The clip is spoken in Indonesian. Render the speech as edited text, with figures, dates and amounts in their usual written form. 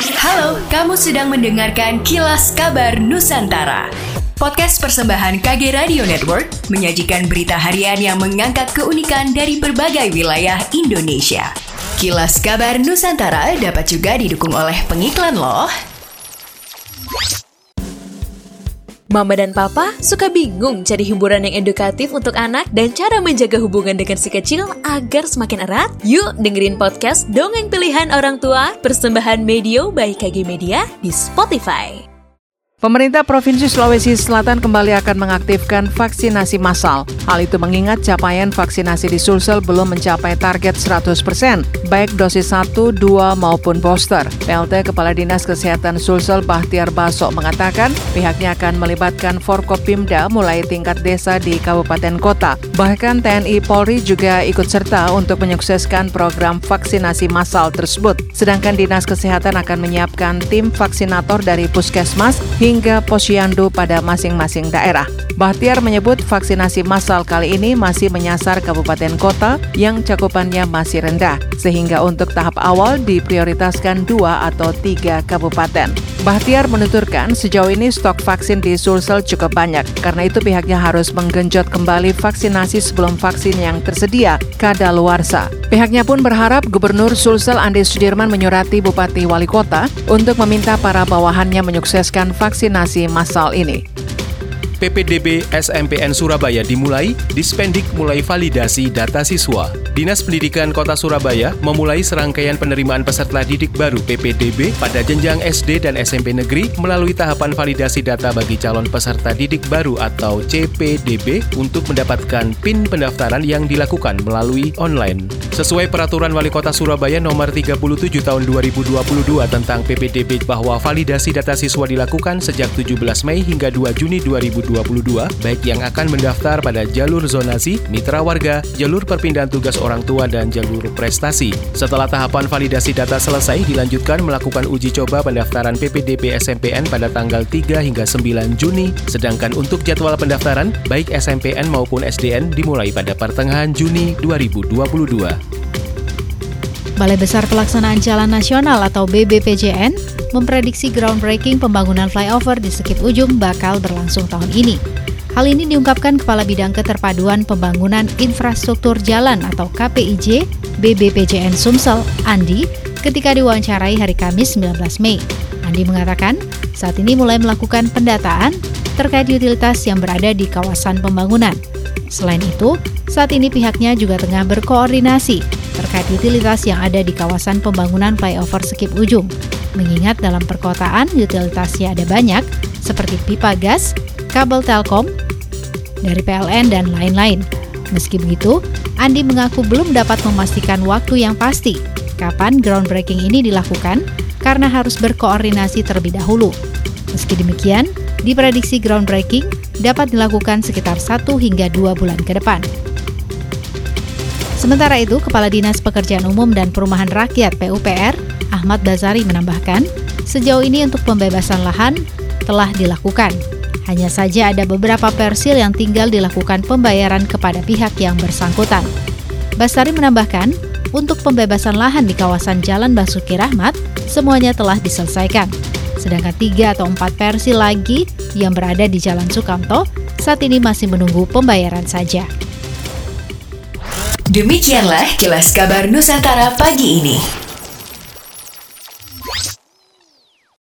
Halo, kamu sedang mendengarkan Kilas Kabar Nusantara. Podcast persembahan KG Radio Network menyajikan berita harian yang mengangkat keunikan dari berbagai wilayah Indonesia. Kilas Kabar Nusantara dapat juga didukung oleh pengiklan loh. Mama dan Papa suka bingung cari hiburan yang edukatif untuk anak dan cara menjaga hubungan dengan si kecil agar semakin erat? Yuk dengerin podcast Dongeng Pilihan Orang Tua persembahan Medio by KG Media di Spotify. Pemerintah Provinsi Sulawesi Selatan kembali akan mengaktifkan vaksinasi massal. Hal itu mengingat capaian vaksinasi di Sulsel belum mencapai target 100%, baik dosis 1, 2, maupun booster. PLT Kepala Dinas Kesehatan Sulsel Bahtiar Baso mengatakan pihaknya akan melibatkan Forkopimda mulai tingkat desa di kabupaten kota. Bahkan TNI Polri juga ikut serta untuk menyukseskan program vaksinasi massal tersebut. Sedangkan Dinas Kesehatan akan menyiapkan tim vaksinator dari Puskesmas hingga posyandu pada masing-masing daerah. Bahtiar menyebut vaksinasi massal kali ini masih menyasar kabupaten kota yang cakupannya masih rendah, sehingga untuk tahap awal diprioritaskan 2 atau 3 kabupaten. Bahtiar menuturkan sejauh ini stok vaksin di Sulsel cukup banyak, karena itu pihaknya harus menggenjot kembali vaksinasi sebelum vaksin yang tersedia kadaluarsa. Pihaknya pun berharap Gubernur Sulsel Andi Sudirman menyurati Bupati Wali Kota untuk meminta para bawahannya menyukseskan vaksinasi massal ini. PPDB SMPN Surabaya dimulai, Dispendik mulai validasi data siswa. Dinas Pendidikan Kota Surabaya memulai serangkaian penerimaan peserta didik baru PPDB pada jenjang SD dan SMP negeri melalui tahapan validasi data bagi calon peserta didik baru atau CPDB untuk mendapatkan PIN pendaftaran yang dilakukan melalui online. Sesuai Peraturan Wali Kota Surabaya Nomor 37 Tahun 2022 tentang PPDB bahwa validasi data siswa dilakukan sejak 17 Mei hingga 2 Juni 2022, baik yang akan mendaftar pada jalur zonasi, mitra warga, jalur perpindahan tugas orang tua, dan jalur prestasi. Setelah tahapan validasi data selesai, dilanjutkan melakukan uji coba pendaftaran PPDB SMPN pada tanggal 3 hingga 9 Juni, sedangkan untuk jadwal pendaftaran, baik SMPN maupun SDN dimulai pada pertengahan Juni 2022. Balai Besar Pelaksanaan Jalan Nasional atau BBPJN memprediksi groundbreaking pembangunan flyover di Sekip Ujung bakal berlangsung tahun ini. Hal ini diungkapkan Kepala Bidang Keterpaduan Pembangunan Infrastruktur Jalan atau KPIJ BBPJN Sumsel, Andi, ketika diwawancarai hari Kamis 19 Mei. Andi mengatakan saat ini mulai melakukan pendataan terkait utilitas yang berada di kawasan pembangunan. Selain itu, saat ini pihaknya juga tengah berkoordinasi terkait utilitas yang ada di kawasan pembangunan flyover Sekip Ujung. Mengingat dalam perkotaan utilitasnya ada banyak, seperti pipa gas, kabel telkom, dari PLN, dan lain-lain. Meski begitu, Andi mengaku belum dapat memastikan waktu yang pasti kapan groundbreaking ini dilakukan karena harus berkoordinasi terlebih dahulu. Meski demikian, diprediksi groundbreaking dapat dilakukan sekitar 1 hingga 2 bulan ke depan. Sementara itu, Kepala Dinas Pekerjaan Umum dan Perumahan Rakyat PUPR, Ahmad Bazari menambahkan, sejauh ini untuk pembebasan lahan telah dilakukan. Hanya saja ada beberapa persil yang tinggal dilakukan pembayaran kepada pihak yang bersangkutan. Bazari menambahkan, untuk pembebasan lahan di kawasan Jalan Basuki Rahmat, semuanya telah diselesaikan. Sedangkan 3 atau 4 persil lagi yang berada di Jalan Sukamto saat ini masih menunggu pembayaran saja. Demikianlah Kilas Kabar Nusantara pagi ini.